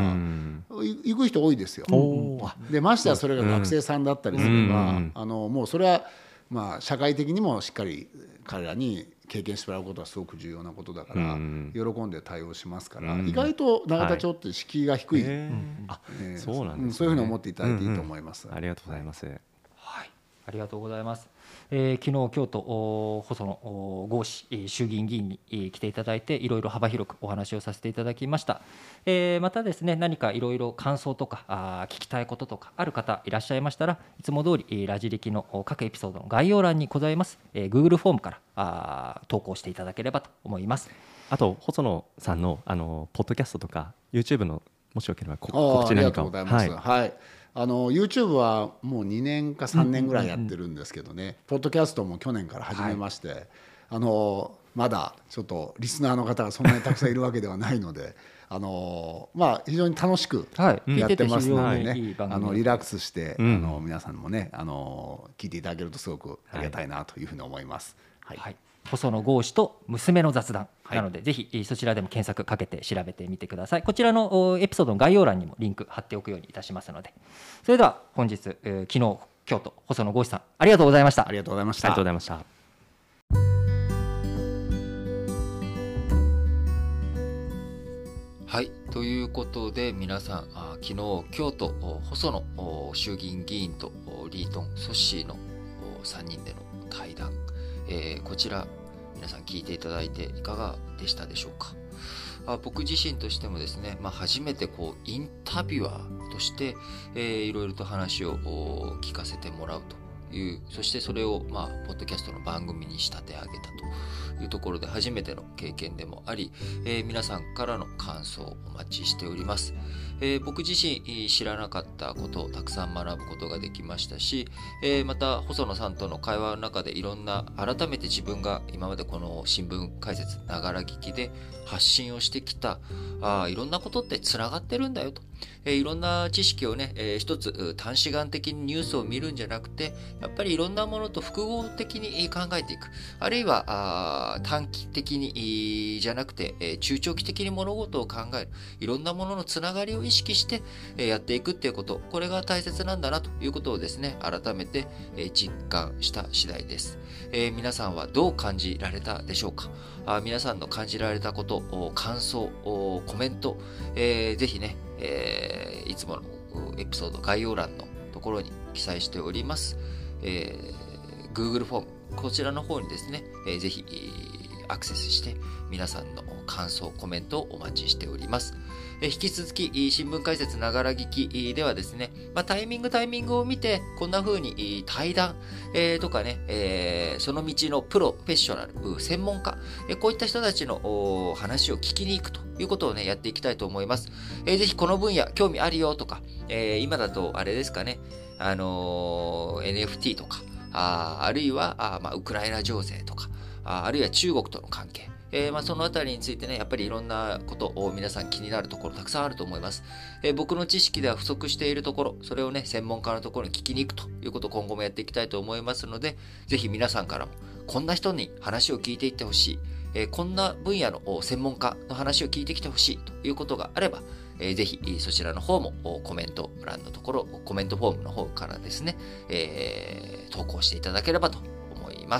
行く人多いですよ。でましてやそれが学生さんだったりすれば、うん、あのもうそれはまあ社会的にもしっかり彼らに経験してもらうことはすごく重要なことだから、うん、喜んで対応しますから、うん、意外と永田町って敷居が低い、はい、えー、そうなんですね。そういうふうに思っていただいていいと思います、うんうん、 ありがとうございます、 はい、ありがとうございます。えー、昨日今日と細野豪志衆議院議員に来ていただいていろいろ幅広くお話をさせていただきました。えー、またですね、何かいろいろ感想とかあ聞きたいこととかある方いらっしゃいましたら、いつも通りラジ歴の各エピソードの概要欄にございます、えー、Google フォームからあ投稿していただければと思います。 あと細野さんのあのポッドキャストとか YouTube のもしよければ告告知何かを。 ありがとうございます。はい、はい、あの YouTube はもうにねんかさんねんぐらいやってるんですけどね、うんうんうん、ポッドキャストも去年から始めまして、はい、あのまだちょっとリスナーの方がそんなにたくさんいるわけではないのであのまあ、非常に楽しくやってますのでね、はい、いいあのリラックスして、うん、あの皆さんもねあの聞いていただけるとすごくありがたいなというふうに思います。はいはい、 細野豪志と娘の雑談、はい、なのでぜひそちらでも検索かけて調べてみてください。こちらのエピソードの概要欄にもリンク貼っておくようにいたしますので。それでは本日、えー、昨日京都細野豪志さんありがとうございました。 ありがとうございました。 ありがとうございました。 はい、ということで皆さんあ昨日京都細野衆議院議員とリートン・ソッシーのさんにんでの対談、えー、こちら皆さん聞いていただいていかがでしたでしょうか。あ僕自身としてもですね、まあ、初めてこうインタビュアーとして、えー、いろいろと話を聞かせてもらうという、そしてそれをまあポッドキャストの番組に仕立て上げたというところで初めての経験でもあり、えー、皆さんからの感想をお待ちしております。えー、僕自身知らなかったことをたくさん学ぶことができましたし、えー、また細野さんとの会話の中でいろんな改めて自分が今までこの新聞解説ながら聞きで発信をしてきたあいろんなことってつながってるんだよと、えー、いろんな知識をね、えー、一つ短視眼的にニュースを見るんじゃなくてやっぱりいろんなものと複合的に考えていく、あるいはあ短期的にじゃなくて、えー、中長期的に物事を考える、いろんなもののつながりを意識して、えー、やっていくっていうこと、これが大切なんだなということをですね改めて、えー、実感した次第です。えー、皆さんはどう感じられたでしょうか。あ皆さんの感じられたこと、感想、コメント、えー、ぜひね、えー、いつものエピソード概要欄のところに記載しております、えー、Google フォーム、こちらの方にですね、えー、ぜひアクセスして皆さんの感想、コメントをお待ちしております。えー、引き続き新聞解説ながら聞きではですね、まあ、タイミングタイミングを見てこんな風に対談、えー、とかね、えー、その道のプロフェッショナル、専門家、えー、こういった人たちの話を聞きに行くということをねやっていきたいと思います。えー、ぜひこの分野興味あるよとか、えー、今だとあれですかね、あのー、エヌエフティー とかあ, あるいはあ、まあ、ウクライナ情勢とか あ, あるいは中国との関係、えーまあ、そのあたりについてねやっぱりいろんなことを皆さん気になるところたくさんあると思います。えー、僕の知識では不足しているところ、それをね専門家のところに聞きに行くということを今後もやっていきたいと思いますので、ぜひ皆さんからもこんな人に話を聞いていってほしい、えー、こんな分野の専門家の話を聞いてきてほしいということがあれば、えー、ぜひそちらの方もコメント欄のところ、コメントフォームの方からですね、えー、投稿していただければと思います。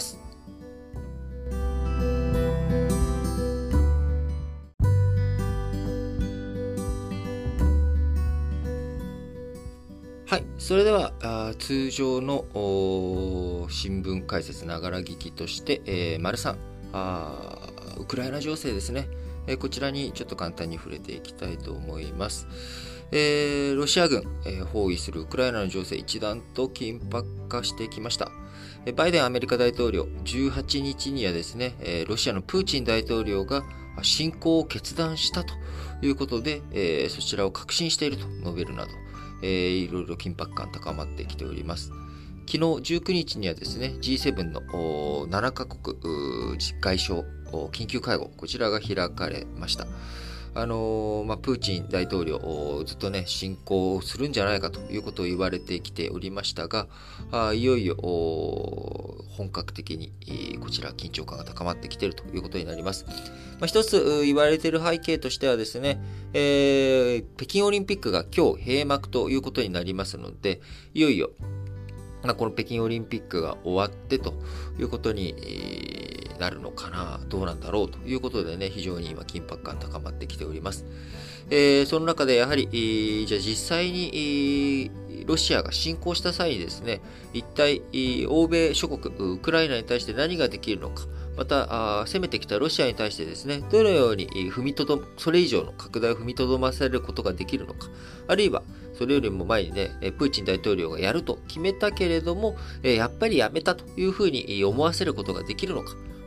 はい、それではあ通常の新聞解説ながら聞きとして、えー、丸さんあウクライナ情勢ですね、えー、こちらにちょっと簡単に触れていきたいと思います。えー、ロシア軍、えー、包囲するウクライナの情勢一段と緊迫化してきました。バイデンアメリカ大統領じゅうはちにちにはですね、えー、ロシアのプーチン大統領が侵攻を決断したということで、えー、そちらを確信していると述べるなど、えー、いろいろ緊迫感高まってきております。昨日じゅうくにちにはですね ジーセブン のななカ国外相緊急会合、こちらが開かれました。あのーまあ、プーチン大統領ずっとね侵攻するんじゃないかということを言われてきておりましたが、あいよいよ本格的にこちら緊張感が高まってきているということになります。まあ、一つ言われている背景としてはですね、えー、北京オリンピックが今日閉幕ということになりますので、いよいよまあ、この北京オリンピックが終わってということに、えー、なるのかな、どうなんだろうということでね、非常に今緊迫感高まってきております。えー、その中でやはり、えー、じゃあ実際に、えー、ロシアが侵攻した際にですね、一体、えー、欧米諸国、ウクライナに対して何ができるのか、また攻めてきたロシアに対してですね、どのように踏みとどそれ以上の拡大を踏みとどまらせることができるのか、あるいはそれよりも前にね、プーチン大統領がやると決めたけれども、やっぱりやめたというふうに思わせることができるのか、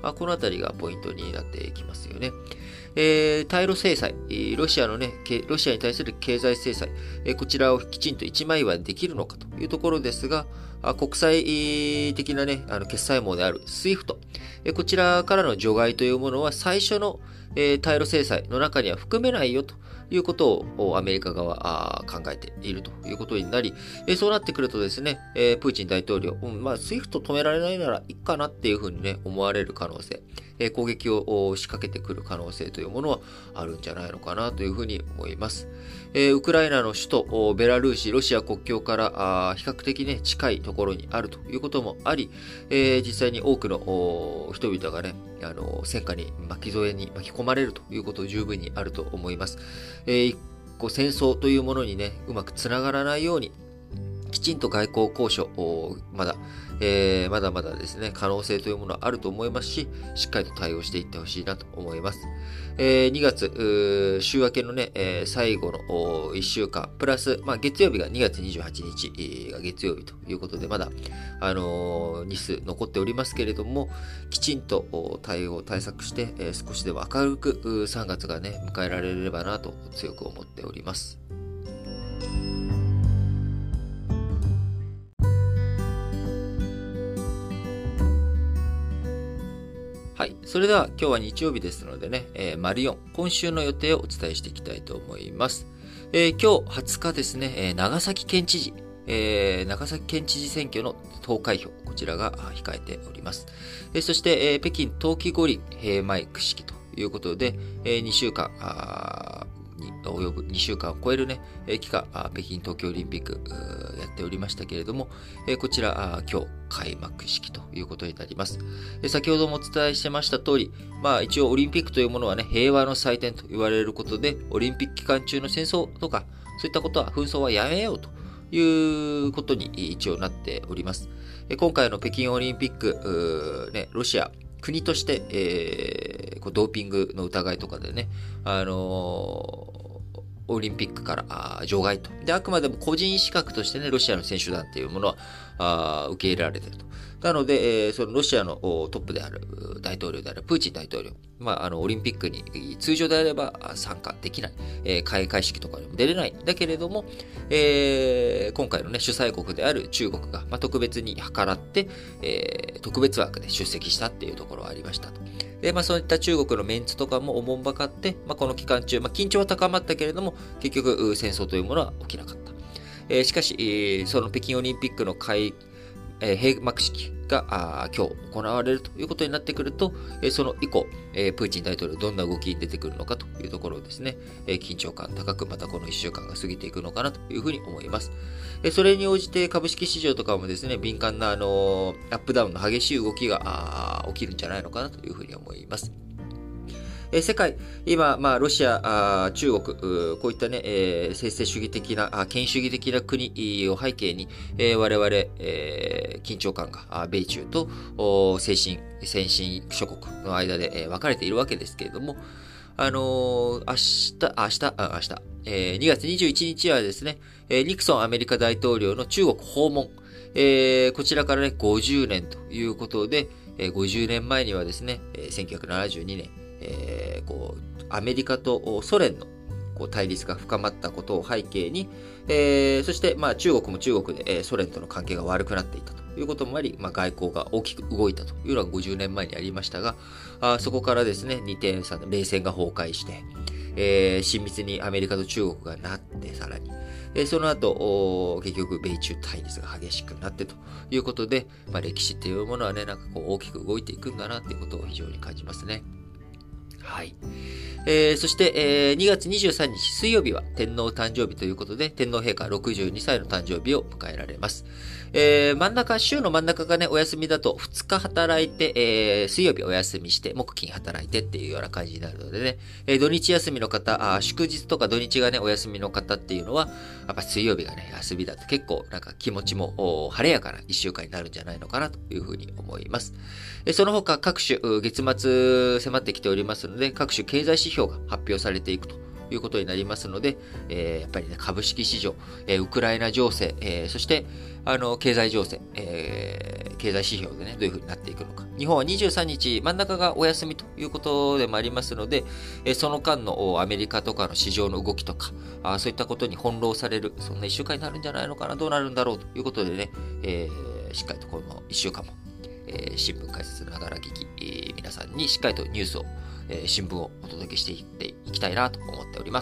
まあ、このあたりがポイントになってきますよね。えー、対ロ制裁、ロシアのね、ロシアに対する経済制裁、こちらをきちんと一枚岩できるのかというところですが、国際的なね、あの決済網である スイフト、こちらからの除外というものは最初の対ロ制裁の中には含めないよということをアメリカ側は考えているということになり、そうなってくるとですね、プーチン大統領、まあ、スイフト止められないならいいかなっていうふうにね、思われる可能性、攻撃を仕掛けてくる可能性というものはあるんじゃないのかなというふうに思います。ウクライナの首都ベラルーシ、ロシア国境から比較的ね、近いところにあるということもあり、実際に多くの人々がね、あの戦火に巻き添えに巻き込まれるということ十分にあると思います。えー、こう戦争というものにね、うまくつながらないように、きちんと外交交渉、まだ、えー、まだまだですね、可能性というものはあると思いますし、しっかりと対応していってほしいなと思います。えー、にがつ、週明けのね、えー、最後のいっしゅうかん、プラス、まあ、月曜日がにがつにじゅうはちにちが月曜日ということで、まだ、あのー、日数残っておりますけれども、きちんと対応、対策して、えー、少しでも明るくさんがつがね、迎えられればなと強く思っております。はい。それでは今日は日曜日ですのでね、えー、丸よん、今週の予定をお伝えしていきたいと思います。えー、今日はつかですね、えー、長崎県知事、えー、長崎県知事選挙の投開票、こちらが控えております。えー、そして、えー、北京冬季五輪閉幕式ということで、えー、にしゅうかん、に及ぶにしゅうかんを超えるね、期間、北京冬季オリンピックやっておりましたけれども、こちら今日開幕式ということになります。先ほどもお伝えしてました通り、まあ一応オリンピックというものはね、平和の祭典と言われることで、オリンピック期間中の戦争とか、そういったことは紛争はやめようということに一応なっております。今回の北京オリンピック、ね、ロシア、国として、えー、こうドーピングの疑いとかでね、あのー、オリンピックから除外と。で、あくまでも個人資格としてね、ロシアの選手団っていうものはあ受け入れられていると。なので、えー、そのロシアのトップである大統領であるプーチン大統領、まあ、あの、オリンピックに通常であれば参加できない、えー、開会式とかにも出れない。だけれども、えー、今回のね、主催国である中国が、まあ、特別に計らって、えー、特別枠で出席したっていうところはありましたと。で、まあ、そういった中国のメンツとかもおもんばかって、まあ、この期間中、まあ、緊張は高まったけれども、結局、戦争というものは起きなかった。えー、しかし、えー、その北京オリンピックの開、えー、閉幕式があ今日行われるということになってくると、えー、その以降、えー、プーチン大統領どんな動きに出てくるのかというところをですね、えー、緊張感高くまたこのいっしゅうかんが過ぎていくのかなというふうに思います。えー、それに応じて株式市場とかもですね、敏感な、あのー、アップダウンの激しい動きが起きるんじゃないのかなというふうに思います。世界、今、まあ、ロシア、中国、こういったね、えー、専制主義的な、権威主義的な国を背景に、えー、我々、えー、緊張感が、米中と先進、先進諸国の間で、えー、分かれているわけですけれども、あのー、明日、明日、明日、えー、にがつにじゅういちにちはですね、ニクソンアメリカ大統領の中国訪問、えー、こちらからね、ごじゅうねんということで、ごじゅうねんまえにはですね、せんきゅうひゃくななじゅうにねん、えー、こうアメリカとソ連のこう対立が深まったことを背景に、えー、そして、まあ、中国も中国で、えー、ソ連との関係が悪くなっていたということもあり、まあ、外交が大きく動いたというのがごじゅうねんまえにありましたが、あそこからですね、にてんさん、冷戦が崩壊して、えー、親密にアメリカと中国がなって、さらに、えー、その後、結局、米中対立が激しくなってということで、まあ、歴史っていうものはね、なんかこう大きく動いていくんだなっていうことを非常に感じますね。はい。えー、そして、えー、にがつにじゅうさんにち水曜日は天皇誕生日ということで、天皇陛下ろくじゅうにさいの誕生日を迎えられます。えー、真ん中、週の真ん中がね、お休みだとふつか働いて、えー、水曜日お休みして、木金働いてっていうような感じになるのでね、えー、土日休みの方あ、祝日とか土日がね、お休みの方っていうのは、やっぱ水曜日がね、休みだと結構なんか気持ちも晴れやかないっしゅうかんになるんじゃないのかなというふうに思います。えー、その他各種、月末迫ってきておりますので、各種経済指標が発表されていくということになりますので、えー、やっぱりね、株式市場、えー、ウクライナ情勢、えー、そして、あの、経済情勢、えー、 経済指標でね、どういうふうになっていくのか。日本はにじゅうさんにち、真ん中がお休みということでもありますので、えその間のアメリカとかの市場の動きとか、あそういったことに翻弄される、そんないっしゅうかんになるんじゃないのかな、どうなるんだろうということでね、えー、しっかりとこのいっしゅうかんも、えー、新聞解説ながら聞き、えー、皆さんにしっかりとニュースを、えー、新聞をお届けしていっていきたいなと思っております。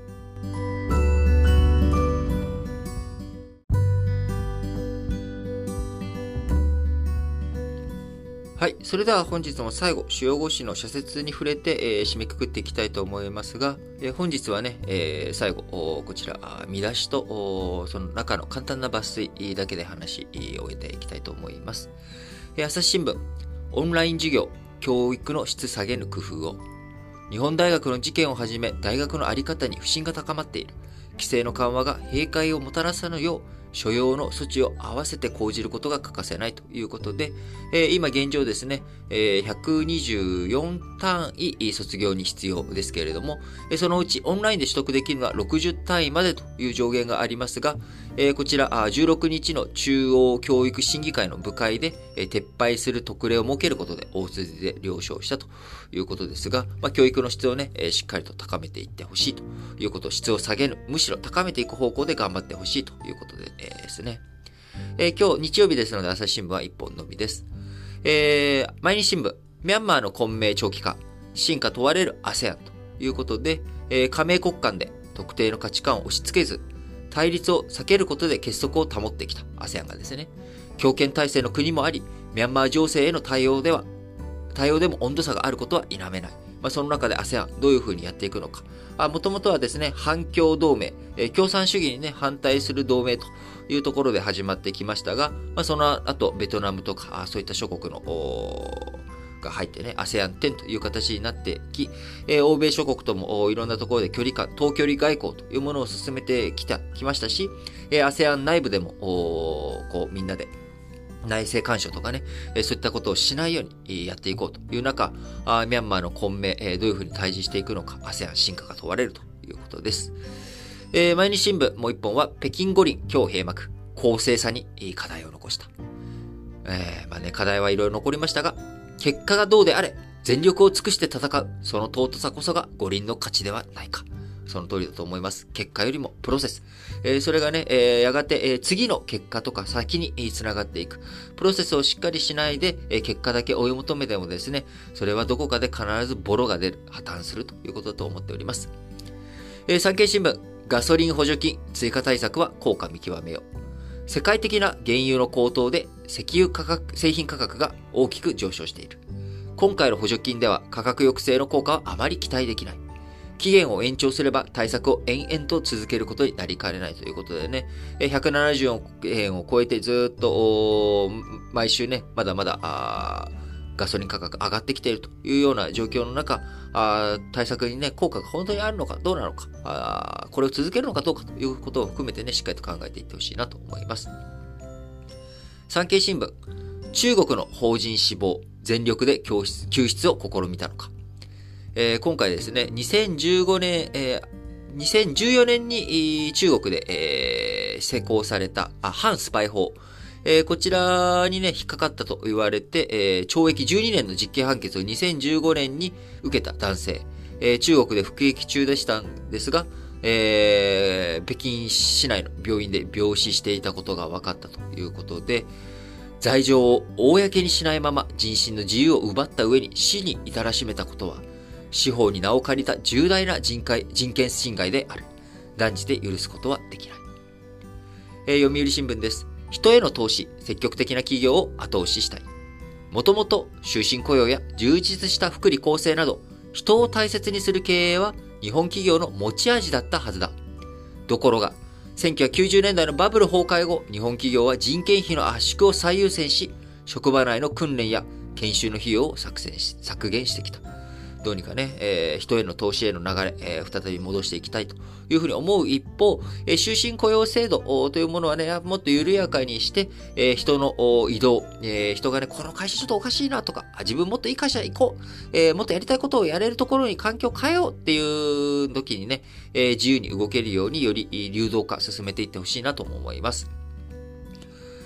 はい。それでは本日も最後、主要語詞の社説に触れて、えー、締めくくっていきたいと思いますが、えー、本日はね、えー、最後、こちら、見出しと、その中の簡単な抜粋だけで話し終えていきたいと思います。えー、朝日新聞、オンライン授業、教育の質下げぬ工夫を。日本大学の事件をはじめ、大学のあり方に不信が高まっている。規制の緩和が閉会をもたらさぬよう、所要の措置を合わせて講じることが欠かせないということで、えー、今現状ですね、えー、ひゃくにじゅうよん単位卒業に必要ですけれども、そのうちオンラインで取得できるのはろくじゅう単位までという上限がありますが、えー、こちらじゅうろくにちの中央教育審議会の部会で、えー、撤廃する特例を設けることで大筋で了承したということですが、まあ、教育の質をね、えー、しっかりと高めていってほしいということ、質を下げる、むしろ高めていく方向で頑張ってほしいということで、えー、ですね。えー、今日日曜日ですので朝日新聞はいっぽんのみです。えー、毎日新聞、ミャンマーの混迷長期化、進化問われる アセアン ということで、えー、加盟国間で特定の価値観を押し付けず、対立を避けることで結束を保ってきた アセアン がですね、強権体制の国もあり、ミャンマー情勢への対応では、対応でも温度差があることは否めない。まあ、その中で アセアン どういうふうにやっていくのか。もともとはですね、反共同盟、えー、共産主義にね、反対する同盟というところで始まってきましたが、まあ、その後、ベトナムとか、そういった諸国の、が入ってね、アセアンテン という形になってき、えー、欧米諸国ともいろんなところで距離感、遠距離外交というものを進めてきた、きましたし、えー、アセアン 内部でも、こう、みんなで、内政干渉とかね、えー、そういったことをしないようにやっていこうという中、あミャンマーの混迷、えー、どういうふうに対峙していくのか、アセアン 進化が問われるということです。えー、毎日新聞、もう一本は、北京五輪、今日閉幕、公正さに課題を残した。えー、まあね、課題はいろいろ残りましたが、結果がどうであれ、全力を尽くして戦う、その尊さこそが五輪の価値ではないか。その通りだと思います。結果よりもプロセス。えー、それがね、えー、やがて、えー、次の結果とか先に、えー、繋がっていく。プロセスをしっかりしないで、えー、結果だけ追い求めてもですね、それはどこかで必ずボロが出る、破綻するということだと思っております。えー、産経新聞、ガソリン補助金、追加対策は効果見極めよう。世界的な原油の高騰で石油価格、製品価格が大きく上昇している。今回の補助金では価格抑制の効果はあまり期待できない。期限を延長すれば対策を延々と続けることになりかねないということでね、ひゃくななじゅうえんを超えてずっと毎週ね、まだまだガソリン価格上がってきているというような状況の中、あ対策にね、効果が本当にあるのかどうなのかあ、これを続けるのかどうかということを含めてね、しっかりと考えていってほしいなと思います。産経新聞、中国の邦人死亡、全力で救出、救出を試みたのか。えー、今回ですね、にせんじゅうごねん、えー、にせんじゅうよねんに中国で、えー、施行されたあ反スパイ法、えー、こちらにね、引っかかったと言われて、えー、懲役じゅうにねんの実刑判決をにせんじゅうごねんに受けた男性、えー、中国で服役中でしたんですが、えー、北京市内の病院で病死していたことが分かったということで、罪状を公にしないまま人身の自由を奪った上に死に至らしめたことは、司法に名を借りた重大な人権人権侵害である。断じて許すことはできない。えー、読売新聞です。人への投資、積極的な企業を後押ししたい。もともと終身雇用や充実した福利厚生など、人を大切にする経営は日本企業の持ち味だったはずだ。ところが、せんきゅうひゃくきゅうじゅうねんだいのバブル崩壊後、日本企業は人件費の圧縮を最優先し、職場内の訓練や研修の費用を削減し、削減してきた。どうにかね、えー、人への投資への流れ、えー、再び戻していきたいというふうに思う一方、えー、終身雇用制度というものはね、もっと緩やかにして、えー、人の移動、えー、人がね、この会社ちょっとおかしいなとか、自分もっといい会社行こう、えー、もっとやりたいことをやれるところに環境を変えようっていう時にね、えー、自由に動けるようにより流動化進めていってほしいなと思います。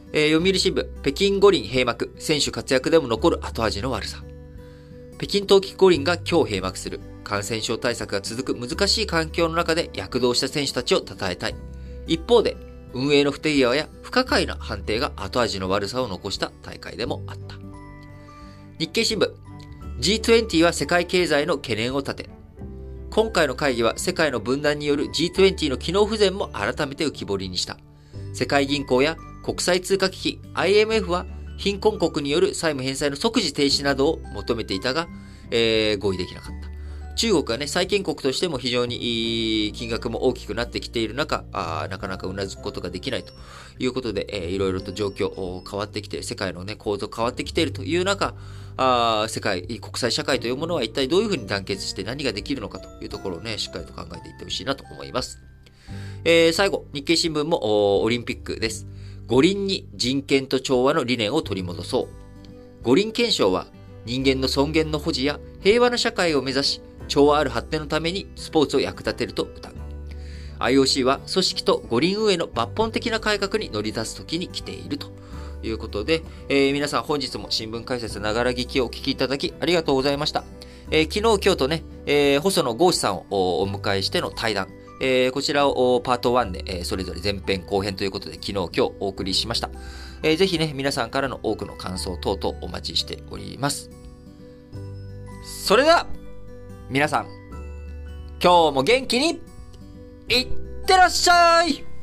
えー、読売新聞、北京五輪閉幕、選手活躍でも残る後味の悪さ。北京冬季五輪が今日閉幕する。感染症対策が続く難しい環境の中で躍動した選手たちを称えたい。一方で、運営の不手際や不可解な判定が後味の悪さを残した大会でもあった。日経新聞、ジートゥエンティー は世界経済の懸念を立て、今回の会議は世界の分断による ジートゥエンティー の機能不全も改めて浮き彫りにした。世界銀行や国際通貨基金 アイエムエフ は貧困国による債務返済の即時停止などを求めていたが、えー、合意できなかった。中国はね、債権国としても非常に金額も大きくなってきている中、あなかなかうなずくことができないということで、えー、いろいろと状況変わってきて、世界のね、構造変わってきているという中、あ世界、国際社会というものは一体どういうふうに団結して何ができるのかというところをね、しっかりと考えていってほしいなと思います。えー、最後、日経新聞もオリンピックです。五輪に人権と調和の理念を取り戻そう。五輪憲章は人間の尊厳の保持や平和な社会を目指し、調和ある発展のためにスポーツを役立てると謳う。アイオーシー は組織と五輪運営の抜本的な改革に乗り出す時に来ているということで、えー、皆さん本日も新聞解説ながら聞きをお聞きいただきありがとうございました。えー、昨日今日とね、えー、細野豪志さんをお迎えしての対談、えー、こちらをパートワンで、えー、それぞれ前編後編ということで昨日今日お送りしました。えー、ぜひね、皆さんからの多くの感想等々お待ちしております。それでは皆さん、今日も元気にいってらっしゃい。